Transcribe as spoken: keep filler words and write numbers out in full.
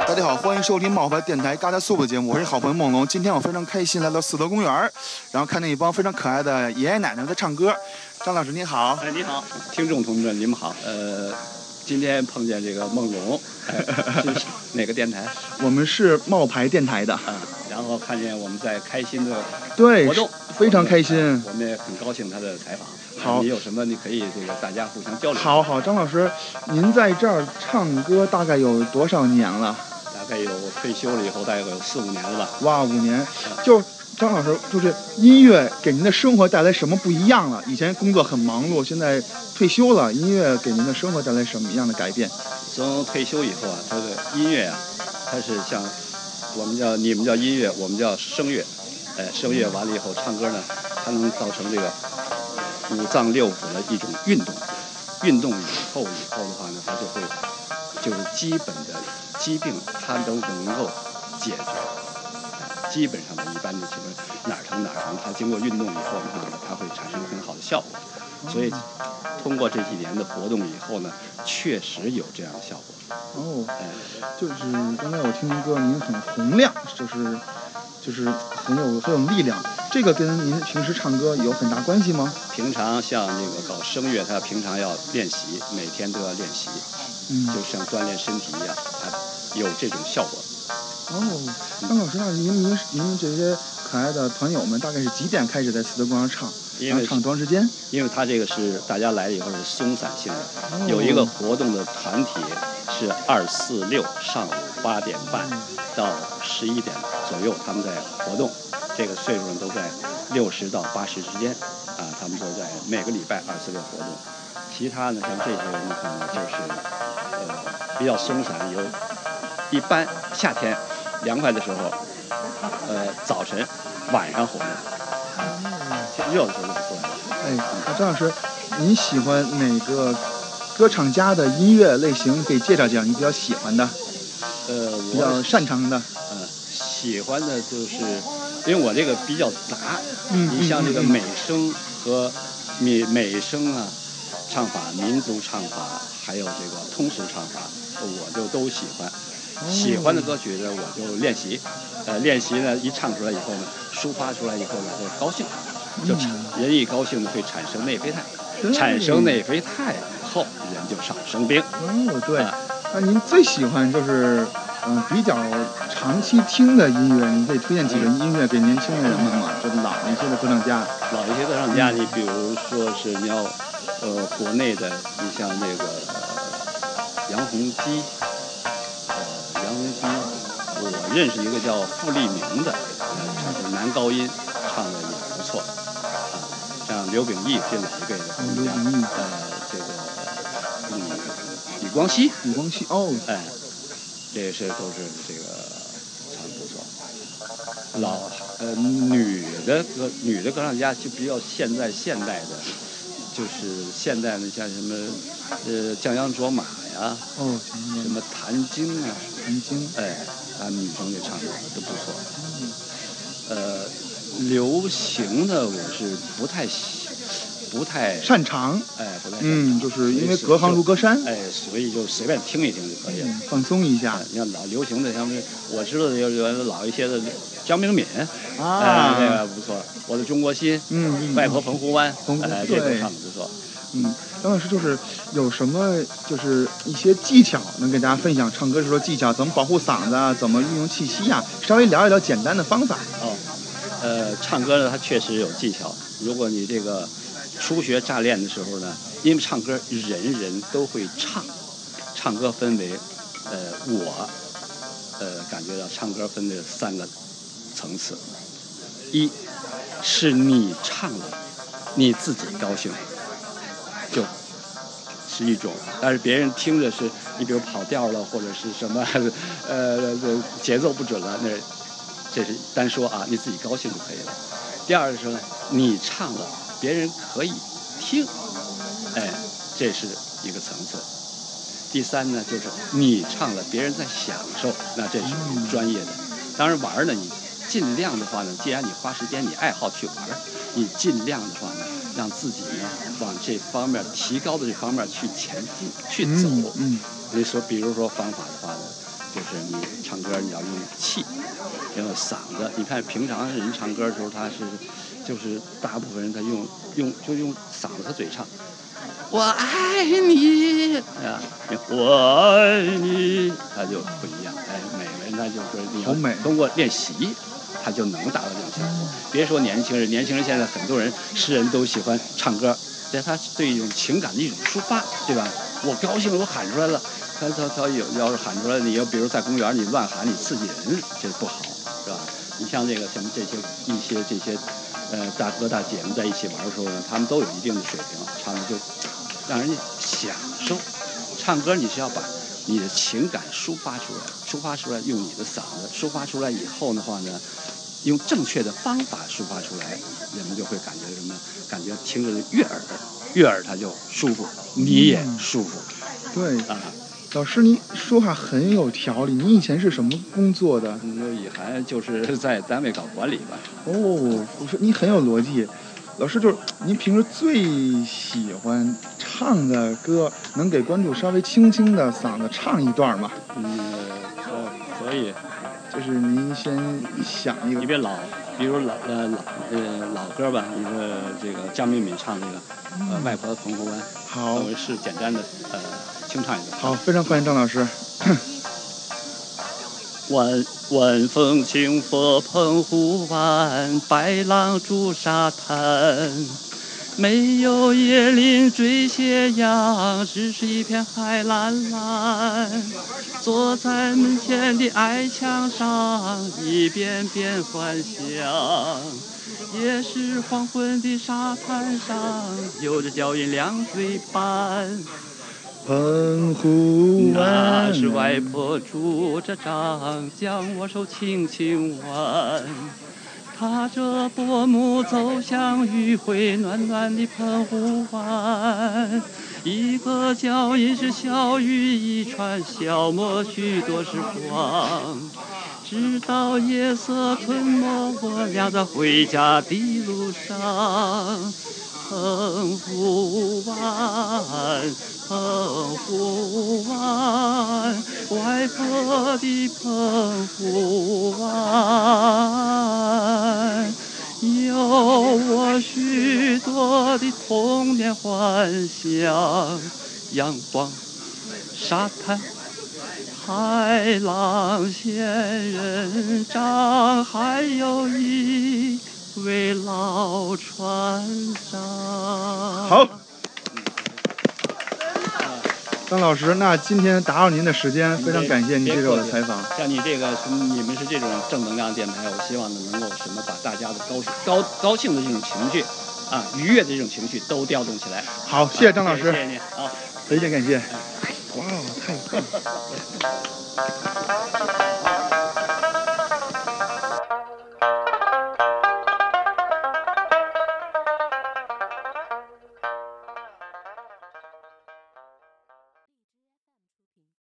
大家好，欢迎收听冒牌电台嘎达素的节目，我是好朋友梦龙。今天我非常开心来到四德公园，然后看见一帮非常可爱的爷爷奶奶在唱歌。张老师你好。 哎，你好，听众同志们，你们好。呃，今天碰见这个梦龙，哎，是哪个电台？ 我们是冒牌电台的。 啊，然后看见我们在开心的对活动， 非常开心。 我们也很高兴他的采访。 好， 你有什么你可以这个大家互相交流。 好好，张老师，您在这儿唱歌大概有多少年了？ 大概有退休了以后，大概有四五年了吧。 哇，五年！就张老师，就是音乐给您的生活带来什么不一样了？以前工作很忙碌，现在退休了，音乐给您的生活带来什么样的改变？ 从退休以后啊，它的音乐啊，它是像我们叫你们叫音乐，我们叫声乐。哎，声乐完了以后，唱歌呢，它能造成这个五脏六腑的一种运动。运动以后以后的话呢，它就会就是基本的疾病它都能够解决。基本上的一般的情况哪儿疼哪儿疼，它经过运动以后的话呢，它会产生很好的效果。所以通过这几年的活动以后呢，确实有这样的效果。 哦，哎，就是刚才我听您歌，您很洪亮，就是就是很有很有力量。这个跟您平时唱歌有很大关系吗？ 平常像那个搞声乐，他平常要练习，每天都要练习，嗯，就像锻炼身体一样，它有这种效果。 哦，张老师，那您您您这些可爱的团友们大概是几点开始在四德公园唱？ 因为唱多长时间？ 因为他这个是大家来了以后是松散性的，哦、有一个活动的团体是二四六上午八点半到十一点左右，他们在活动。这个岁数人都在六十到八十之间，啊，他们都在每个礼拜二四六活动。其他呢，像这些人呢，可能就是呃比较松散，有一般夏天凉快的时候，呃早晨、晚上活动，天热的时候就不过来。 哎，那张老师，您喜欢哪个歌唱家的音乐类型？可以介绍介绍你比较喜欢的， 呃， 比较擅长的。 呃，喜欢的就是。因为我这个比较杂， 嗯， 你像这个美声和美美声啊，唱法、民族唱法，还有这个通俗唱法，我就都喜欢。喜欢的歌曲呢，我就练习。呃，练习呢，一唱出来以后呢，抒发出来以后呢，就高兴，就人一高兴呢，会产生内啡肽，产生内啡肽以后，人就少生病。 哦，对。那您最喜欢就是嗯比较长期听的音乐，你可以推荐几个音乐给年轻的人们吗？就是老一些的歌唱家。 老一些歌唱家，你比如说是你要呃国内的，你像那个杨洪基，呃杨洪基，我认识一个叫傅立明的，呃男高音唱的也不错，啊，像刘秉义这老一辈的歌唱家，呃这个嗯李光羲， 李光羲哦， 哎，这些都是这个唱得不错。老呃女的歌女的歌唱家就比较现在现代的，就是现代的像什么呃降央卓玛呀， 哦， 什么谭晶啊， 谭晶， 哎，他们女生也唱的都不错。呃，流行的我是不太喜。不太擅长， 哎，不太擅长， 嗯，就是因为隔行如隔山， 哎，所以就随便听一听就可以了， 嗯、放松一下。 你看老流行的，像我知道的有有老一些的江明敏啊， 哎，这个不错。我的中国心， 嗯， 外婆澎湖湾， 澎湖， 哎，这个唱的不错。 嗯，张老师就是有什么就是一些技巧能给大家分享？唱歌的时候技巧，怎么保护嗓子啊？怎么运用气息啊？稍微聊一聊简单的方法。 哦，呃，唱歌呢，它确实有技巧。如果你这个初学乍练的时候呢，因为唱歌人人都会唱，唱歌分为，呃，我，呃，感觉到唱歌分为三个层次，一是你唱了，你自己高兴，就是一种，但是别人听着是你比如跑调了或者是什么，呃，节奏不准了，那这是单说啊，你自己高兴就可以了。第二个是呢，你唱了。别人可以听，哎，这是一个层次。第三呢，就是你唱了，别人在享受，那这是专业的。当然玩呢，你尽量的话呢，既然你花时间，你爱好去玩，你尽量的话呢，让自己呢往这方面提高的这方面去前进去走。 嗯， 你说，比如说方法的话呢，就是就是你唱歌你要用气，用嗓子。你看平常人唱歌的时候，他是就是大部分人他用用就用嗓子和嘴唱。我爱你啊，我爱你，他就不一样。哎，每个人他就是你要通过练习，他就能达到这种效果。别说年轻人，年轻人现在很多人诗人都喜欢唱歌，这他对一种情感的一种抒发，对吧？我高兴了，我喊出来了。他他他有要是喊出来，你要比如在公园你乱喊，你刺激人，这不好，是吧？你像这个什么这些一些这些，呃，大哥大姐们在一起玩的时候呢，他们都有一定的水平，唱的就让人家享受。唱歌你是要把你的情感抒发出来，抒发出来用你的嗓子抒发出来以后的话呢，用正确的方法抒发出来，人们就会感觉什么？感觉听着悦耳，悦耳他就舒服，你也舒服。 嗯、对啊。 老师，您说话很有条理。您以前是什么工作的？ 嗯，以前就是在单位搞管理吧。 哦，我说您很有逻辑。老师，就是您平时最喜欢唱的歌，能给观众稍微轻轻的嗓子唱一段吗？ 嗯，可可以。 就是您先想一个。 你别老，比如老呃老呃老歌吧，你说这个江敏敏唱这个呃《外婆的澎湖湾》。 好， 我是简单的呃。清唱一个。 好，非常欢迎张老师。 晚晚风轻拂澎湖湾，白浪逐沙滩。没有椰林缀斜阳，只是一片海蓝蓝。坐在门前的矮墙上，一遍遍幻想。也是黄昏的沙滩上，有着脚印两对半。 澎湖湾， 那是外婆拄着杖，将我手轻轻挽，踏着薄暮走向余晖暖暖的澎湖湾。一个脚印是小雨一串，消磨许多时光，直到夜色吞没我俩在回家的路上。澎湖湾，澎湖湾，外婆的澎湖湾，有我许多的童年幻想，阳光、沙滩、海浪、仙人掌，还有一位老船长。 好，张老师，那今天打扰您的时间，非常感谢您接受我的采访。 像你这个，你们是这种正能量电台，我希望呢能够什么把大家的高高高兴的这种情绪，啊，愉悦的这种情绪都调动起来。 好，谢谢张老师， 谢谢你，好， 非常感谢。哇，太棒了。